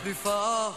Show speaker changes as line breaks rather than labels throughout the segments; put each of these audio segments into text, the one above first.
plus fort.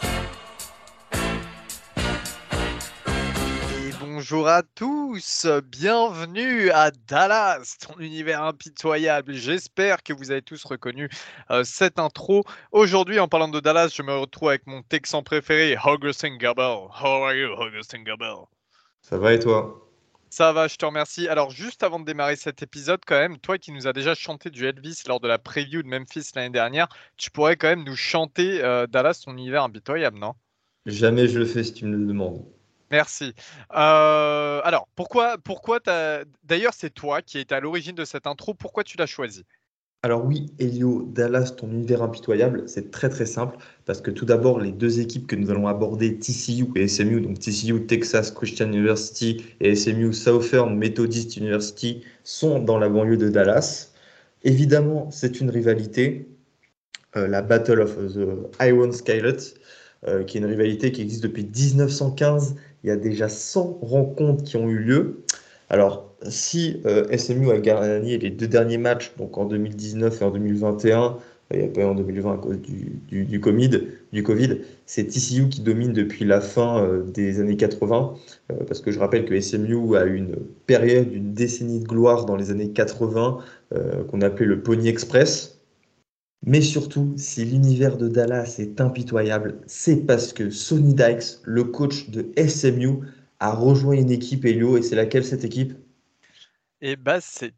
Et bonjour à tous, bienvenue à Dallas, ton univers impitoyable. J'espère que vous avez tous reconnu cette intro. Aujourd'hui, en parlant de Dallas, je me retrouve avec mon Texan préféré, Augustin Gabel. How are you, Augustin Gabel?
Ça va et toi?
Ça va, je te remercie. Alors, juste avant de démarrer cet épisode, quand même, toi qui nous as déjà chanté du Elvis lors de la preview de Memphis l'année dernière, tu pourrais quand même nous chanter Dallas, ton univers impitoyable, non?
Jamais je le fais si tu me le demandes.
Merci. Alors, D'ailleurs, c'est toi qui es à l'origine de cette intro. Pourquoi tu l'as choisi?
Alors oui, Elio, Dallas, ton univers impitoyable, c'est très très simple parce que tout d'abord, les deux équipes que nous allons aborder, TCU et SMU, donc TCU Texas Christian University et SMU Southern Methodist University, sont dans la banlieue de Dallas. Évidemment, c'est une rivalité, la Battle of the Iron Skylets, qui est une rivalité qui existe depuis 1915. Il y a déjà 100 rencontres qui ont eu lieu. Alors, si SMU a gagné les deux derniers matchs, donc en 2019 et en 2021, il n'y a pas eu en 2020 à cause du Covid, c'est TCU qui domine depuis la fin des années 80, parce que je rappelle que SMU a eu une période, une décennie de gloire dans les années 80, qu'on appelait le Pony Express. Mais surtout, si l'univers de Dallas est impitoyable, c'est parce que Sonny Dykes, le coach de SMU, a rejoint une équipe Helio, et c'est laquelle cette équipe?
Eh ben, c'est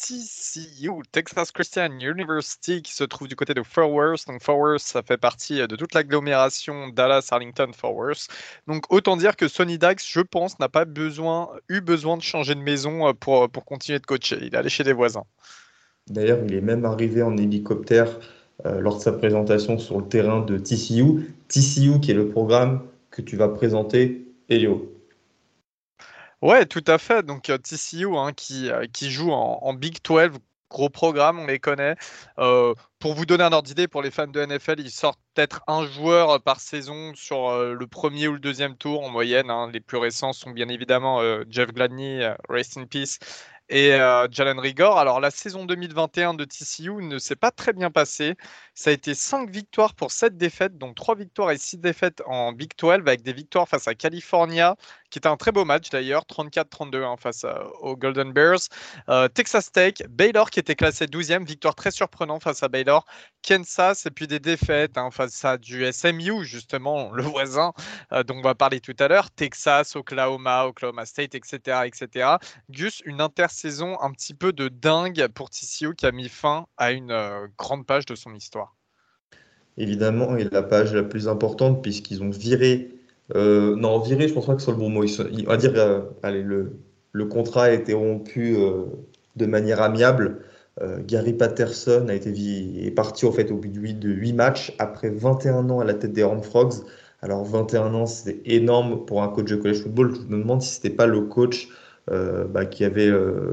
TCU, Texas Christian University, qui se trouve du côté de Fort Worth. Donc, Fort Worth, ça fait partie de toute l'agglomération Dallas-Arlington-Fort Worth. Donc, autant dire que Sonny Dykes, je pense, n'a pas eu besoin de changer de maison pour continuer de coacher. Il est allé chez des voisins.
D'ailleurs, il est même arrivé en hélicoptère lors de sa présentation sur le terrain de TCU. TCU qui est le programme que tu vas présenter, Helio.
Ouais, tout à fait. Donc TCU hein, qui joue en Big 12, gros programme, on les connaît. Pour vous donner un ordre d'idée, pour les fans de NFL, ils sortent peut-être un joueur par saison sur le premier ou le deuxième tour en moyenne, hein. Les plus récents sont bien évidemment Jeff Gladney, Rest in Peace, et Jalen Rigor. Alors la saison 2021 de TCU ne s'est pas très bien passée. Ça a été 5 victoires pour 7 défaites, donc 3 victoires et 6 défaites en Big 12, avec des victoires face à California, qui était un très beau match d'ailleurs, 34-32 hein, face aux Golden Bears. Texas Tech, Baylor qui était classé 12e, victoire très surprenante face à Baylor. Kansas et puis des défaites hein, face à du SMU, justement, le voisin dont on va parler tout à l'heure. Texas, Oklahoma, Oklahoma State, etc. etc. Gus, une intersaison un petit peu de dingue pour TCU qui a mis fin à une grande page de son histoire.
Évidemment, et la page la plus importante, puisqu'ils ont viré. Non, viré, je pense pas que ce soit le bon mot. On va dire, allez, le contrat a été rompu de manière amiable. Gary Patterson est parti au fait au bout de 8 matchs après 21 ans à la tête des Horned Frogs. Alors 21 ans, c'est énorme pour un coach de college football. Je me demande si c'était pas le coach qui avait,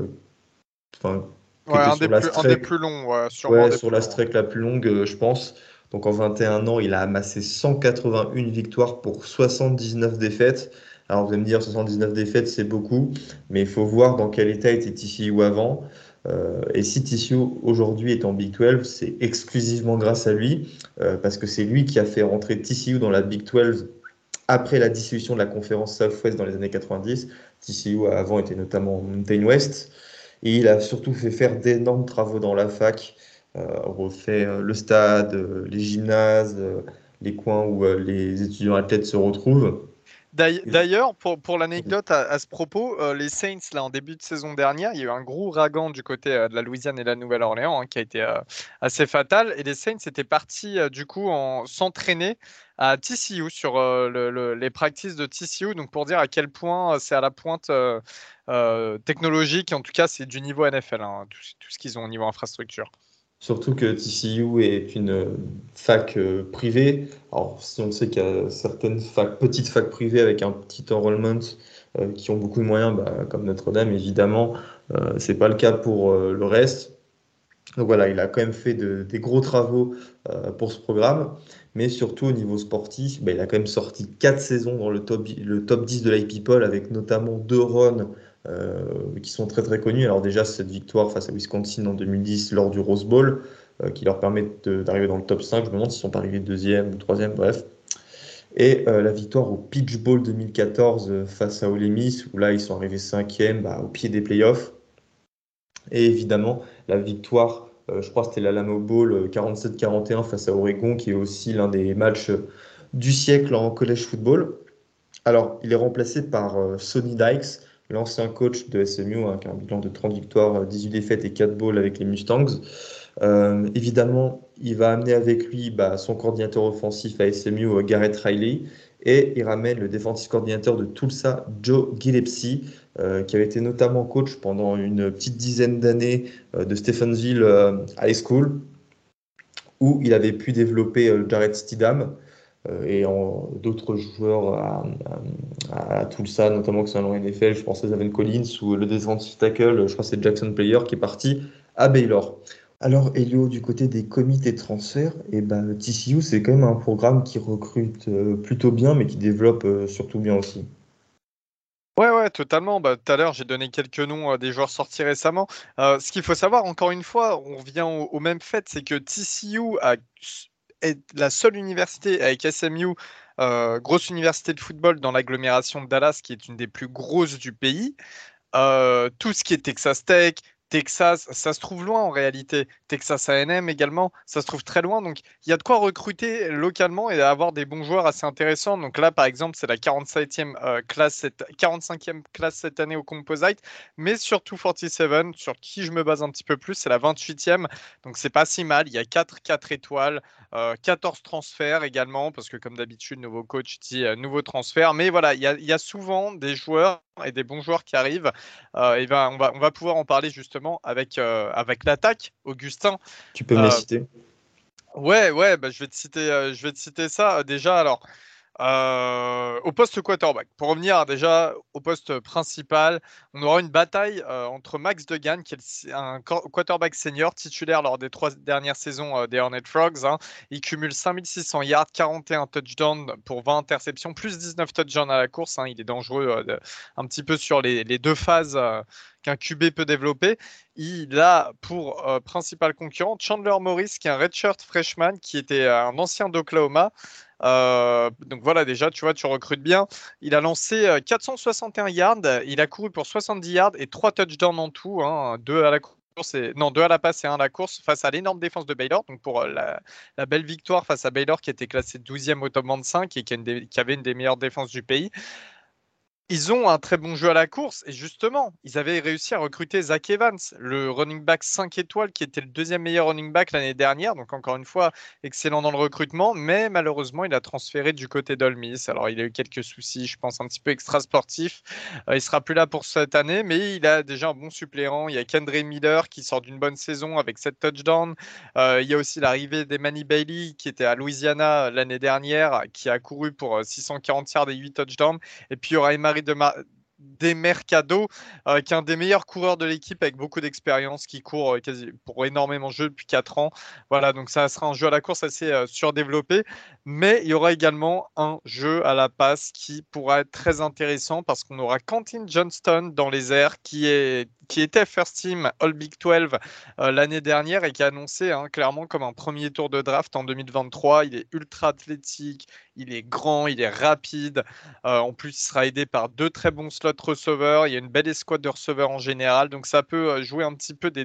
enfin, qui
Ouais,
était sur la
un des
streak.
plus longs, ouais, sûrement un
Ouais,
des
sur
plus
la
longs.
streak la plus longue, je pense. Donc en 21 ans, il a amassé 181 victoires pour 79 défaites. Alors vous allez me dire, 79 défaites, c'est beaucoup, mais il faut voir dans quel état était TCU avant. Et si TCU aujourd'hui est en Big 12, c'est exclusivement grâce à lui, parce que c'est lui qui a fait rentrer TCU dans la Big 12 après la dissolution de la conférence Southwest dans les années 90. TCU avant était notamment Mountain West. Et il a surtout fait faire d'énormes travaux dans la fac, refait le stade, les gymnases, les coins où les étudiants athlètes se retrouvent.
D'ailleurs, pour l'anecdote à ce propos, les Saints, là, en début de saison dernière, il y a eu un gros ouragan du côté de la Louisiane et de la Nouvelle-Orléans hein, qui a été assez fatal. Et les Saints étaient partis du coup s'entraîner à TCU sur les practices de TCU. Donc pour dire à quel point c'est à la pointe technologique, et en tout cas c'est du niveau NFL, hein, tout ce qu'ils ont au niveau infrastructure.
Surtout que TCU est une fac privée. Alors, si on sait qu'il y a certaines petites facs privées avec un petit enrollment qui ont beaucoup de moyens, bah, comme Notre-Dame, évidemment, c'est pas le cas pour le reste. Donc voilà, il a quand même fait des gros travaux pour ce programme, mais surtout au niveau sportif, bah, il a quand même sorti 4 saisons dans le top 10 de l'IPPOL avec notamment deux runs qui sont très très connus. Alors déjà, cette victoire face à Wisconsin en 2010 lors du Rose Bowl, qui leur permettent d'arriver dans le top 5. Je me demande s'ils sont pas arrivés deuxième ou troisième, bref. Et la victoire au Peach Bowl 2014 face à Ole Miss, où là ils sont arrivés cinquième au pied des playoffs. Et évidemment, la victoire, je crois que c'était l'Alamo Bowl 47-41 face à Oregon, qui est aussi l'un des matchs du siècle en college football. Alors, il est remplacé par Sonny Dykes, l'ancien coach de SMU, hein, qui a un bilan de 30 victoires, 18 défaites et 4 bowls avec les Mustangs. Évidemment, il va amener avec lui son coordinateur offensif à SMU, Garrett Riley, et il ramène le défensif coordinateur de Tulsa, Joe Gillespie, qui avait été notamment coach pendant une petite dizaine d'années de Stephenville High School, où il avait pu développer Jared Stidham et d'autres joueurs à Tulsa, notamment qui sont allés en NFL. Je pense à Zaven Collins ou le defensive tackle, je crois que c'est Jackson Player qui est parti à Baylor. Alors, Elio, du côté des comités de transfert, TCU, c'est quand même un programme qui recrute plutôt bien, mais qui développe surtout bien aussi.
Ouais, totalement. Tout à l'heure, j'ai donné quelques noms des joueurs sortis récemment. Ce qu'il faut savoir, encore une fois, on revient au même fait, c'est que est la seule université avec SMU, grosse université de football dans l'agglomération de Dallas, qui est une des plus grosses du pays. Tout ce qui est Texas Tech, Texas, ça se trouve loin en réalité. Texas A&M également, ça se trouve très loin. Donc, il y a de quoi recruter localement et avoir des bons joueurs assez intéressants. Donc là, par exemple, c'est la 45e classe cette année au Composite, mais surtout 47, sur qui je me base un petit peu plus, c'est la 28e. Donc, c'est pas si mal. Il y a 4 étoiles, 14 transferts également, parce que comme d'habitude, nouveau coach dit nouveau transfert. Mais voilà, il y a souvent des joueurs et des bons joueurs qui arrivent. On va pouvoir en parler justement avec l'attaque, Augustin.
Tu peux me les
Euh,
citer?
ouais, je vais te citer ça. Déjà, alors, au poste quarterback, pour revenir déjà au poste principal, on aura une bataille entre Max Degan, qui est un quarterback senior titulaire lors des 3 dernières saisons des Hornet Frogs, hein. Il cumule 5600 yards, 41 touchdowns pour 20 interceptions, plus 19 touchdowns à la course, hein. Il est dangereux un petit peu sur les deux phases qu'un QB peut développer. Il a pour principal concurrent Chandler Morris, qui est un redshirt freshman, qui était un ancien d'Oklahoma. Donc voilà, déjà, tu vois, tu recrutes bien. Il a lancé 461 yards, il a couru pour 70 yards et 3 touchdowns en tout, hein, 2 à la course non, 2 à la passe et 1 à la course face à l'énorme défense de Baylor. Donc pour la belle victoire face à Baylor qui était classé 12e au top 25 et qui avait une des meilleures défenses du pays. Ils ont un très bon jeu à la course et justement, ils avaient réussi à recruter Zach Evans, le running back 5 étoiles qui était le deuxième meilleur running back l'année dernière. Donc encore une fois, excellent dans le recrutement, mais malheureusement, il a transféré du côté d'Ole Miss. Alors il a eu quelques soucis, je pense, un petit peu extra-sportifs. Il sera plus là pour cette année, mais il a déjà un bon suppléant. Il y a Kendre Miller qui sort d'une bonne saison avec 7 touchdowns. Il y a aussi l'arrivée d'Emani Bailey qui était à Louisiana l'année dernière, qui a couru pour 640 yards et 8 touchdowns. Et puis, il y aura Emery Demercado, qui est un des meilleurs coureurs de l'équipe avec beaucoup d'expérience, qui court pour énormément de jeux depuis 4 ans. Voilà, donc ça sera un jeu à la course assez surdéveloppé. Mais il y aura également un jeu à la passe qui pourra être très intéressant parce qu'on aura Quentin Johnston dans les airs qui était First Team All Big 12 l'année dernière et qui a annoncé clairement comme un premier tour de draft en 2023. Il est ultra athlétique, il est grand, il est rapide. En plus, il sera aidé par 2 très bons slot receveurs. Il y a une belle escouade de receveurs en général. Donc, ça peut jouer un petit peu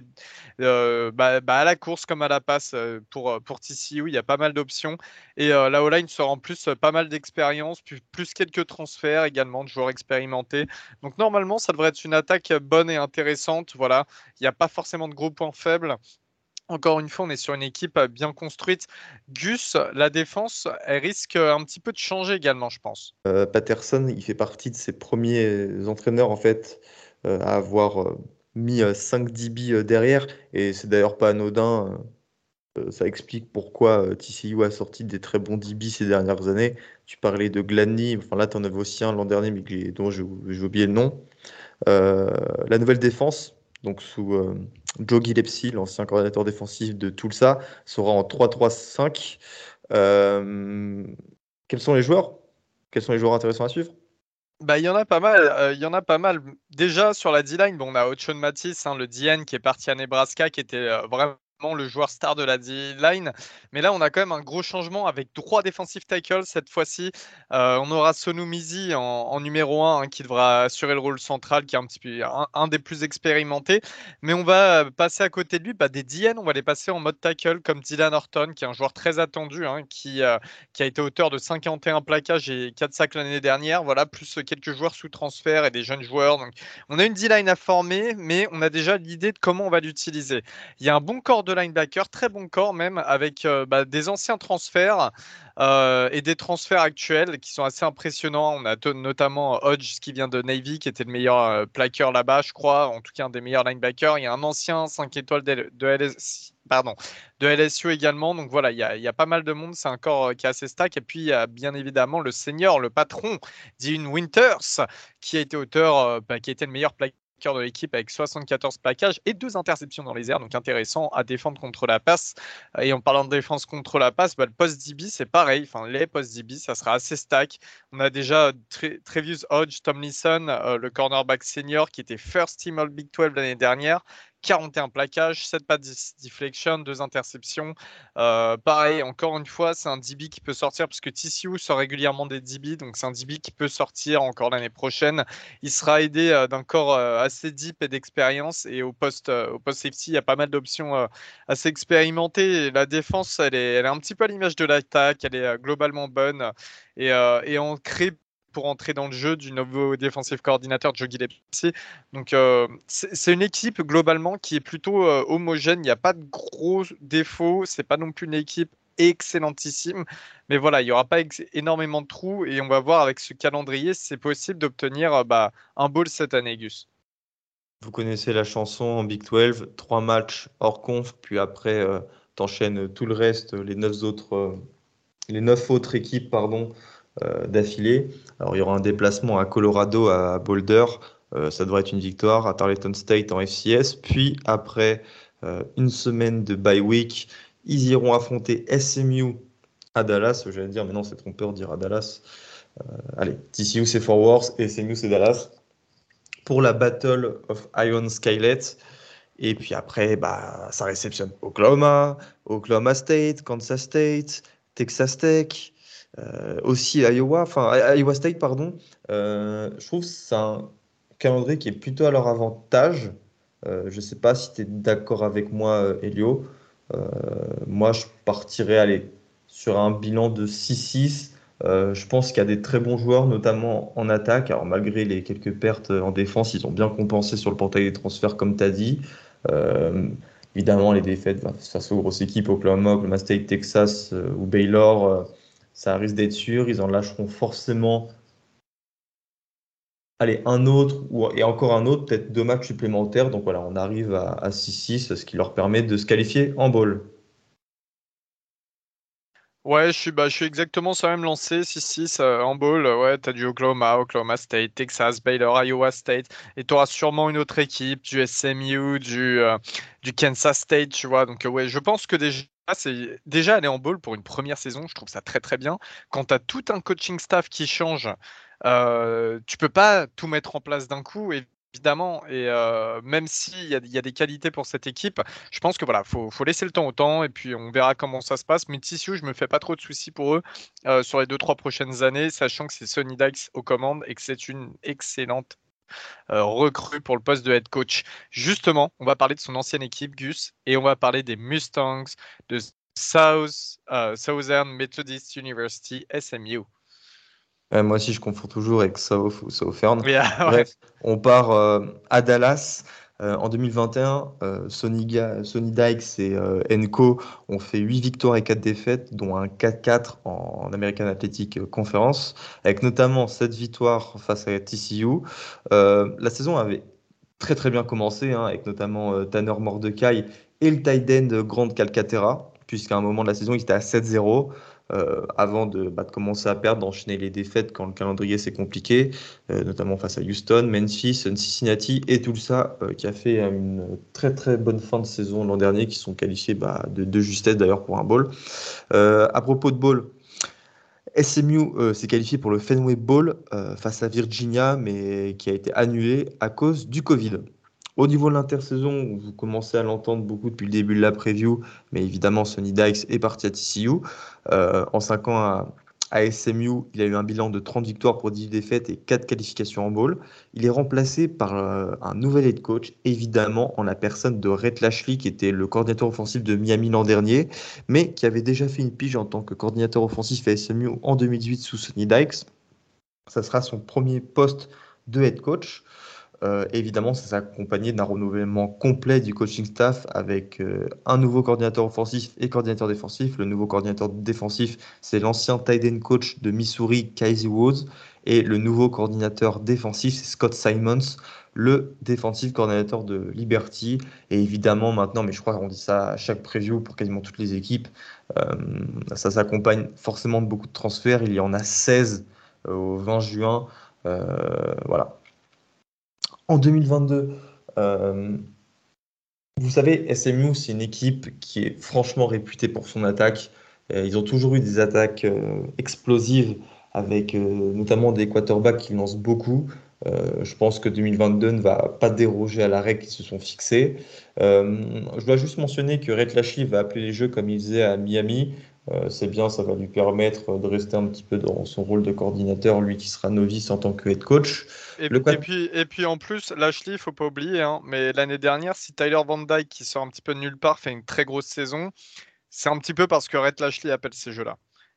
à la course comme à la passe pour TCU. Il y a pas mal d'options. Et la O-line sera en plus pas mal d'expérience, plus quelques transferts également de joueurs expérimentés. Donc, normalement, ça devrait être une attaque bonne et intéressante. Voilà. Il n'y a pas forcément de gros points faibles. Encore une fois, on est sur une équipe bien construite. Gus, la défense, elle risque un petit peu de changer également, je pense.
Patterson, il fait partie de ses premiers entraîneurs en fait à avoir mis 5 DB derrière, et c'est d'ailleurs pas anodin. Ça explique pourquoi TCU a sorti des très bons DB ces dernières années. Tu parlais de Gladney, enfin là tu en avais aussi un l'an dernier, mais dont j'ai oublié le nom. Euh, la nouvelle défense, donc sous Joe Gillespie, l'ancien coordinateur défensif de Tulsa, sera en 3-3-5. Euh, Quels sont les joueurs? Quels sont les joueurs intéressants à suivre?
Il y en a pas mal. Il y en a pas mal. Déjà, sur la D-line, bon, on a Ochon Mathis, le DN qui est parti à Nebraska, qui était vraiment le joueur star de la D-line. Mais là, on a quand même un gros changement avec 3 defensive tackles cette fois-ci. On aura Sonu Mizi en numéro 1 qui devra assurer le rôle central, qui est un petit peu un des plus expérimentés. Mais on va passer à côté de lui des DN, on va les passer en mode tackle comme Dylan Horton, qui est un joueur très attendu, qui a été auteur de 51 plaquages et 4 sacs l'année dernière. Voilà, plus quelques joueurs sous transfert et des jeunes joueurs. Donc, on a une D-line à former, mais on a déjà l'idée de comment on va l'utiliser. Il y a un bon corps de linebacker, très bon corps même, avec des anciens transferts et des transferts actuels qui sont assez impressionnants. On a notamment Hodge qui vient de Navy, qui était le meilleur plaqueur là-bas, je crois, en tout cas un des meilleurs linebackers. Il y a un ancien 5 étoiles de LSU également. Donc voilà, il y a pas mal de monde. C'est un corps qui est assez stack. Et puis il y a bien évidemment le senior, le patron, Dean Winters, qui a été qui a été le meilleur plaqueur de l'équipe avec 74 plaquages et 2 interceptions dans les airs, donc intéressant à défendre contre la passe. Et en parlant de défense contre la passe, le post DB c'est pareil, enfin les post DB ça sera assez stack. On a déjà Trevius Hodge Tomlinson, le cornerback senior qui était first team All Big 12 l'année dernière. 41 plaquages, 7 pas de deflection, 2 interceptions. Pareil, encore une fois, c'est un DB qui peut sortir parce que TCU sort régulièrement des DB, donc c'est un DB qui peut sortir encore l'année prochaine. Il sera aidé d'un corps assez deep et d'expérience. Et au post safety, il y a pas mal d'options assez expérimentées. Et la défense, elle est un petit peu à l'image de l'attaque. Elle est globalement bonne et ancrée pour entrer dans le jeu du nouveau défensif coordinateur Joe Gillespie. Donc, c'est une équipe globalement qui est plutôt homogène. Il n'y a pas de gros défauts. C'est pas non plus une équipe excellentissime. Mais voilà, il n'y aura pas énormément de trous et on va voir avec ce calendrier si c'est possible d'obtenir un bowl cette année, Gus.
Vous connaissez la chanson en Big 12, 3 matchs hors conf, puis après, t'enchaînes tout le reste, les 9 autres équipes, pardon, d'affilée. Alors, il y aura un déplacement à Colorado, à Boulder. Ça devrait être une victoire. À Tarleton State en FCS. Puis, après une semaine de bye week, ils iront affronter SMU à Dallas. J'allais dire, mais non, c'est trompeur de dire à Dallas. Allez, TCU, c'est Fort Worth et SMU, c'est Dallas. Pour la Battle of Iron Skylet. Et puis après, ça réceptionne Oklahoma, Oklahoma State, Kansas State, Texas Tech, aussi Iowa State, pardon. Je trouve que c'est un calendrier qui est plutôt à leur avantage. Je ne sais pas si tu es d'accord avec moi, Elio. Euh, Moi, je partirais sur un bilan de 6-6. Je pense qu'il y a des très bons joueurs, notamment en attaque. Alors, malgré les quelques pertes en défense, ils ont bien compensé sur le portail des transferts, comme tu as dit. Euh, Évidemment, les défaites face aux grosses équipes, Oklahoma State, Texas ou Baylor, ça risque d'être sûr. Ils en lâcheront forcément, allez, un autre et encore un autre, peut-être 2 matchs supplémentaires. Donc voilà, on arrive à 6-6, ce qui leur permet de se qualifier en bowl.
Ouais, je suis exactement sur la même lancée, 6-6 en bowl. Ouais, t'as du Oklahoma, Oklahoma State, Texas, Baylor, Iowa State. Et t'auras sûrement une autre équipe, du SMU, du Kansas State, tu vois. Donc, ouais, je pense que déjà aller en bowl pour une première saison, je trouve ça très, très bien. Quand t'as tout un coaching staff qui change, tu peux pas tout mettre en place d'un coup, évidemment. Et même s'il y a des qualités pour cette équipe, je pense que voilà, faut laisser le temps au temps et puis on verra comment ça se passe. Mais TCU, je me fais pas trop de soucis pour eux sur les 2-3 prochaines années, sachant que c'est Sonny Dykes aux commandes et que c'est une excellente recrue pour le poste de head coach. Justement, on va parler de son ancienne équipe, Gus, et on va parler des Mustangs de Southern Methodist University, SMU.
Moi aussi, je confonds toujours avec South ou Southern.
Yeah, ouais.
Bref, on part à Dallas. En 2021, Sonny Dykes et Enco ont fait 8 victoires et 4 défaites, dont un 4-4 en American Athletic Conference, avec notamment 7 victoires face à TCU. La saison avait très très bien commencé, hein, avec notamment Tanner Mordecai et le tight end Grant Calcaterra, puisqu'à un moment de la saison, il était à 7-0 avant de commencer à perdre, d'enchaîner les défaites quand le calendrier s'est compliqué, notamment face à Houston, Memphis, Cincinnati et Tulsa, qui a fait une très très bonne fin de saison l'an dernier, qui sont qualifiés de justesse d'ailleurs pour un bowl. À propos de bowl, SMU s'est qualifié pour le Fenway Bowl face à Virginia, mais qui a été annulé à cause du Covid. Au niveau de l'intersaison, vous commencez à l'entendre beaucoup depuis le début de la preview, mais évidemment, Sonny Dykes est parti à TCU. En 5 ans à SMU, il a eu un bilan de 30 victoires pour 10 défaites et 4 qualifications en bowl. Il est remplacé par un nouvel head coach, évidemment, en la personne de Rhett Lashlee, qui était le coordinateur offensif de Miami l'an dernier, mais qui avait déjà fait une pige en tant que coordinateur offensif à SMU en 2018 sous Sonny Dykes. Ça sera son premier poste de head coach. Évidemment, ça s'est accompagné d'un renouvellement complet du coaching staff avec un nouveau coordinateur offensif et coordinateur défensif. Le nouveau coordinateur défensif, c'est l'ancien tight end coach de Missouri, Casey Woods. Et le nouveau coordinateur défensif, c'est Scott Simons, le defensive coordinator de Liberty. Et évidemment, maintenant, mais je crois qu'on dit ça à chaque preview pour quasiment toutes les équipes, euh, ça s'accompagne forcément de beaucoup de transferts. Il y en a 16 au 20 juin. Voilà. En 2022, euh, vous savez, SMU, c'est une équipe qui est franchement réputée pour son attaque. Ils ont toujours eu des attaques explosives avec notamment des quarterbacks qui lancent beaucoup. Je pense que 2022 ne va pas déroger à la règle qu'ils se sont fixés. Je dois juste mentionner que Rhett Lashlee va appeler les jeux comme il faisait à Miami. C'est bien, ça va lui permettre de rester un petit peu dans son rôle de coordinateur, lui qui sera novice en tant que head coach.
Et,
Le,
et
quat-
puis, et puis en plus, Lashley, il faut pas oublier, hein, mais l'année dernière, si Tyler Van Dyke, qui sort un petit peu de nulle part, fait une très grosse saison, c'est un petit peu parce que Rhett Lashley appelle ces jeux-là.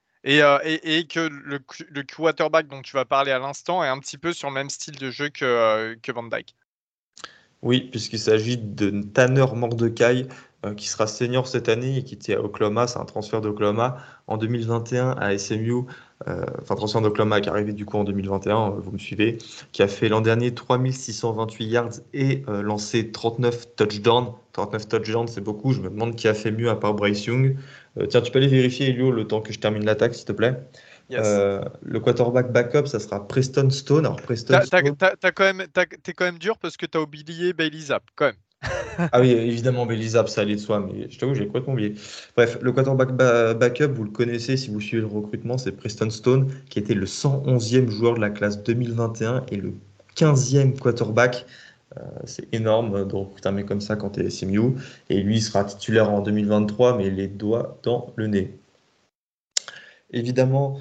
Et que le quarterback dont tu vas parler à l'instant est un petit peu sur le même style de jeu que Van Dyke.
Oui, puisqu'il s'agit de Tanner Mordecai, qui sera senior cette année et qui était à Oklahoma. C'est un transfert d'Oklahoma en 2021 à SMU. Enfin, transfert d'Oklahoma qui est arrivé du coup en 2021, vous me suivez, qui a fait l'an dernier 3628 yards et lancé 39 touchdowns. 39 touchdowns, c'est beaucoup. Je me demande qui a fait mieux à part Bryce Young. Tiens, tu peux aller vérifier, Elio, le temps que je termine l'attaque, s'il te plaît.
Yes.
Le quarterback backup, ça sera Preston Stone. Alors, Preston Stone.
T'es quand même dur parce que t'as oublié Bailey Zapp, quand même.
Ah oui, évidemment, Belisab, ça allait de soi, mais je t'avoue, j'ai complètement oublié. Bref, le quarterback backup, vous le connaissez si vous suivez le recrutement, c'est Preston Stone, qui était le 111e joueur de la classe 2021 et le 15e quarterback. C'est énorme de recruter un mec comme ça quand tu es SMU. Et lui, il sera titulaire en 2023, mais les doigts dans le nez. Évidemment,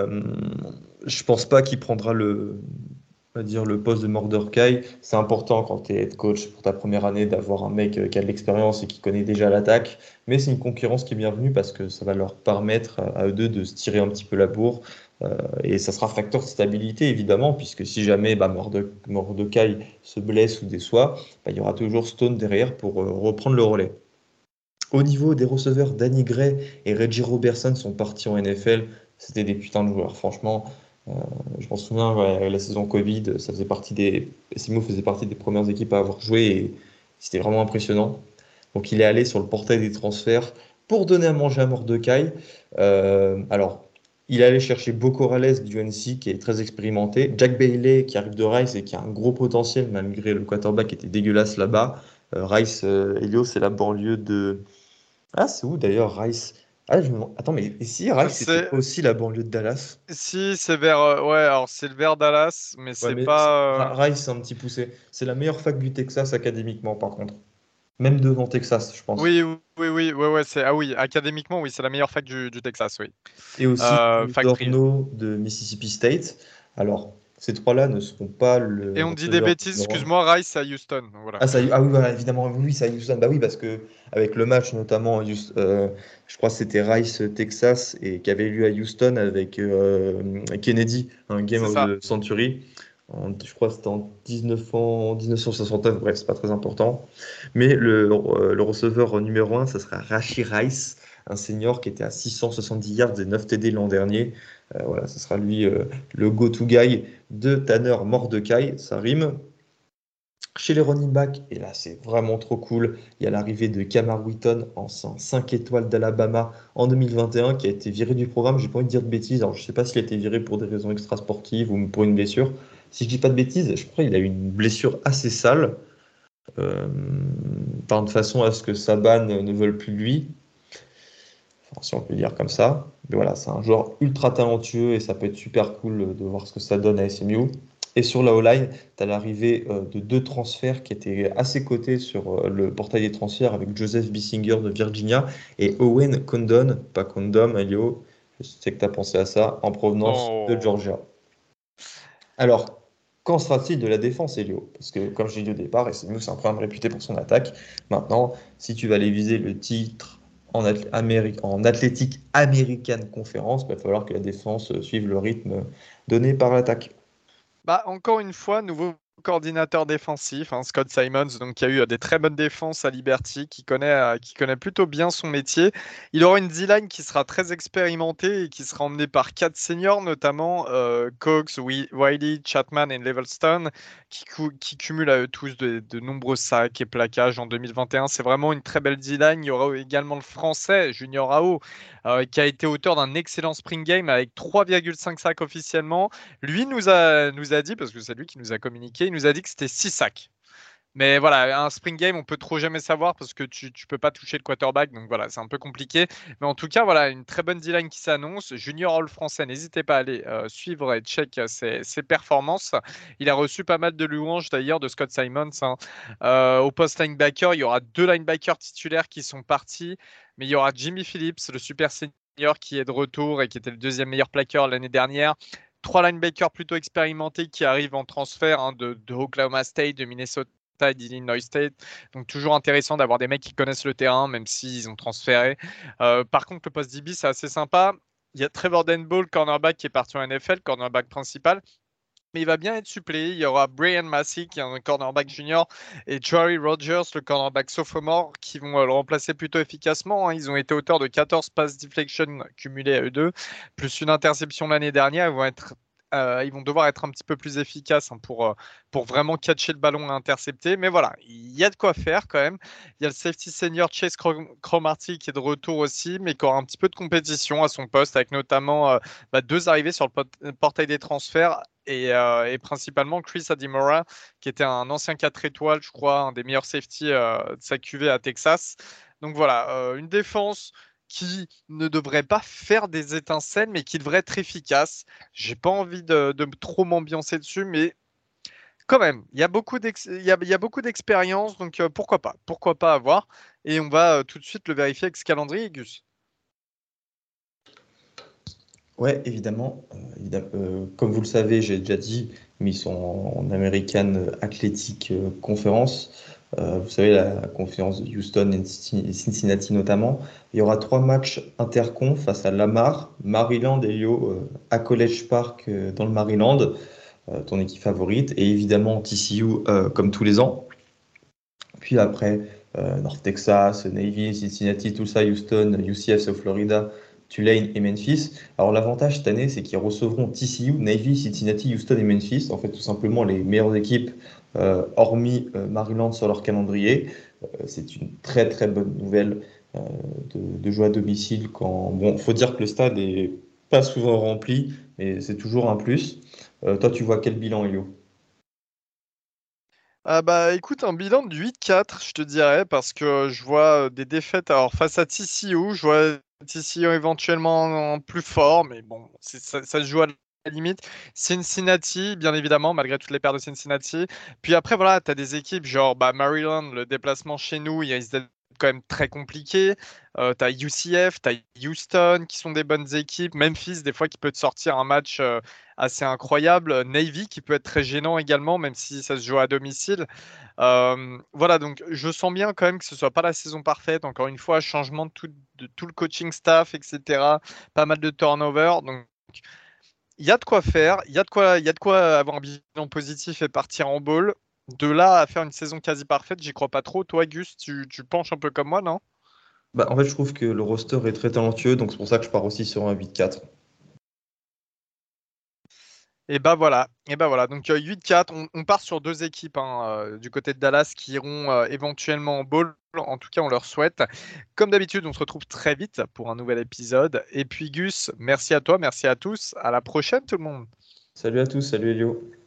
je pense pas qu'il prendra on va dire le poste de Mordecai. C'est important quand tu es head coach pour ta première année d'avoir un mec qui a de l'expérience et qui connaît déjà l'attaque. Mais c'est une concurrence qui est bienvenue parce que ça va leur permettre à eux deux de se tirer un petit peu la bourre. Et ça sera facteur de stabilité évidemment, puisque si jamais Mordecai se blesse ou déçoit, il y aura toujours Stone derrière pour reprendre le relais. Au niveau des receveurs, Danny Gray et Reggie Robertson sont partis en NFL. C'était des putains de joueurs, franchement. Euh, je m'en souviens, ouais, la saison Covid, ça faisait partie SMU faisait partie des premières équipes à avoir joué et c'était vraiment impressionnant. Donc il est allé sur le portail des transferts pour donner à manger à Mordecai. Alors, il est allé chercher Beau Corrales du UNC qui est très expérimenté. Jack Bailey qui arrive de Rice et qui a un gros potentiel malgré le quarterback qui était dégueulasse là-bas. Rice, Elio, c'est la banlieue de ah, c'est où d'ailleurs Rice? Ah, attends, mais et si Rice, c'était
C'est
pas aussi la banlieue de Dallas?
Si, c'est vers ouais, alors c'est vers Dallas, mais
Ouais,
c'est
mais
pas
Rice, c'est un petit poussé. C'est la meilleure fac du Texas académiquement, par contre. Même devant Texas, je pense.
oui, oui, oui, ouais, ouais, c'est ah oui, académiquement, oui, c'est la meilleure fac du Texas, oui.
Et aussi
Fac privée.
Dorno de Mississippi State. Alors, ces trois-là ne seront pas le
Et on dit des
receveur
bêtises,
numéro un.
excuse-moi, Rice, c'est à Houston, voilà.
Ah oui, voilà, évidemment, oui, c'est à Houston. Bah oui, parce que avec le match notamment, je crois que c'était Rice Texas et qui avait lieu à Houston avec Kennedy, un Game
C'est
of
ça.
the Century. Je crois que c'était en 1969, bref, c'est pas très important. Mais le receveur numéro un, ça sera Rashee Rice, un senior qui était à 670 yards et 9 TD l'an dernier. Voilà, ce sera lui le go-to guy de Tanner Mordecai, ça rime. Chez les running backs, et là c'est vraiment trop cool, il y a l'arrivée de Camar Wheaton, ancien 5 étoiles d'Alabama en 2021, qui a été viré du programme. J'ai pas envie de dire de bêtises, alors je sais pas s'il a été viré pour des raisons extrasportives ou pour une blessure. Si je dis pas de bêtises, je crois qu'il a eu une blessure assez sale, euh, de façon à ce que Saban ne veuille plus de lui, enfin, si on peut le dire comme ça. Mais voilà, c'est un joueur ultra talentueux et ça peut être super cool de voir ce que ça donne à SMU. Et sur la O-line, tu as l'arrivée de 2 transferts qui étaient assez cotés sur le portail des transferts avec Joseph Bissinger de Virginia et Owen Condon, pas Condom, Elio, je sais que tu as pensé à ça, en provenance de
Oh.
Georgia. Alors, qu'en sera-t-il de la défense, Elio? Parce que, comme je l'ai dit au départ, SMU, c'est un programme réputé pour son attaque. Maintenant, si tu vas aller viser le titre en Athletic American Conference, il va falloir que la défense suive le rythme donné par l'attaque.
Bah, encore une fois, nouveau coordinateur défensif, hein, Scott Simons, donc qui a eu des très bonnes défenses à Liberty, qui connaît plutôt bien son métier. Il aura une D-line qui sera très expérimentée et qui sera emmenée par 4 seniors, notamment Cox, Wiley, Chapman et Levelstone, qui cumulent à eux tous de nombreux sacs et plaquages en 2021. C'est vraiment une très belle D-line. Il y aura également le français, Junior Ao, qui a été auteur d'un excellent spring game avec 3,5 sacs officiellement. Lui nous a dit, parce que c'est lui qui nous a communiqué, il nous a dit que c'était 6 sacs. Mais voilà, un spring game, on peut trop jamais savoir parce que tu peux pas toucher le quarterback, donc voilà, c'est un peu compliqué. Mais en tout cas, voilà, une très bonne D-line qui s'annonce. Junior Hall français, n'hésitez pas à aller suivre et check ses performances. Il a reçu pas mal de louanges d'ailleurs de Scott Simons, hein. Au post linebacker, il y aura 2 linebackers titulaires qui sont partis, mais il y aura Jimmy Phillips, le super senior qui est de retour et qui était le deuxième meilleur plaqueur l'année dernière. 3 linebackers plutôt expérimentés qui arrivent en transfert, hein, de Oklahoma State, de Minnesota et d'Illinois State. Donc toujours intéressant d'avoir des mecs qui connaissent le terrain, même s'ils ont transféré. Par contre, le poste DB, c'est assez sympa. Il y a Trevor Denball, cornerback, qui est parti en NFL, cornerback principal. Mais il va bien être suppléé. Il y aura Brian Massey, qui est un cornerback junior, et Jory Rogers, le cornerback sophomore, qui vont le remplacer plutôt efficacement, hein. Ils ont été auteurs de 14 pass deflection cumulés à eux deux, plus une interception l'année dernière. Ils vont devoir être un petit peu plus efficaces, hein, pour vraiment catcher le ballon et intercepter. Mais voilà, il y a de quoi faire quand même. Il y a le safety senior Chase Cromartie qui est de retour aussi, mais qui aura un petit peu de compétition à son poste, avec notamment 2 arrivées sur le portail des transferts et principalement Chris Adimora, qui était un ancien 4 étoiles, je crois, un des meilleurs safety de sa QV à Texas. Donc voilà, une défense qui ne devrait pas faire des étincelles, mais qui devrait être efficace. J'ai pas envie de trop m'ambiancer dessus, mais quand même, il y a beaucoup d'expérience, donc pourquoi pas avoir. Et on va tout de suite le vérifier avec ce calendrier, Gus.
Ouais, évidemment. Comme vous le savez, j'ai déjà dit, mais ils sont en American Athletic Conference. Vous savez, la conférence de Houston et Cincinnati notamment. Il y aura 3 matchs interconf face à Lamar, Maryland et Yo à College Park dans le Maryland, ton équipe favorite, et évidemment TCU comme tous les ans. Puis après, North Texas, Navy, Cincinnati, tout ça, Houston, UCF, South Florida, Tulane et Memphis. Alors l'avantage cette année, c'est qu'ils recevront TCU, Navy, Cincinnati, Houston et Memphis. En fait, tout simplement les meilleures équipes, hormis Maryland sur leur calendrier. C'est une très très bonne nouvelle euh, de jouer à domicile quand... Bon, faut dire que le stade est pas souvent rempli, mais c'est toujours un plus. Toi, tu vois quel bilan, Elio?
Ah bah écoute, un bilan de 8-4, je te dirais, parce que je vois des défaites. Alors face à TCU, je vois TCU éventuellement en plus fort, mais bon, ça se joue à la limite. Cincinnati, bien évidemment, malgré toutes les pertes de Cincinnati. Puis après, voilà, tu as des équipes genre Maryland, le déplacement chez nous, il risque d'être quand même très compliqué. Tu as UCF, tu as Houston, qui sont des bonnes équipes. Memphis, des fois, qui peut te sortir un match assez incroyable. Navy qui peut être très gênant également, même si ça se joue à domicile. Voilà, donc je sens bien quand même que ce soit pas la saison parfaite. Encore une fois, changement de tout le coaching staff, etc. Pas mal de turnover. Donc il y a de quoi faire, il y a de quoi avoir un bilan positif et partir en bowl. De là à faire une saison quasi parfaite, j'y crois pas trop. Toi, Gus, tu penches un peu comme moi, non?
Bah, en fait, je trouve que le roster est très talentueux, donc c'est pour ça que je pars aussi sur un 8-4.
Et bah voilà. Donc 8-4, on part sur 2 équipes, hein, du côté de Dallas qui iront éventuellement en bowl. En tout cas, on leur souhaite. Comme d'habitude, on se retrouve très vite pour un nouvel épisode. Et puis Gus, merci à toi, merci à tous. À la prochaine tout le monde.
Salut à tous, salut Elio.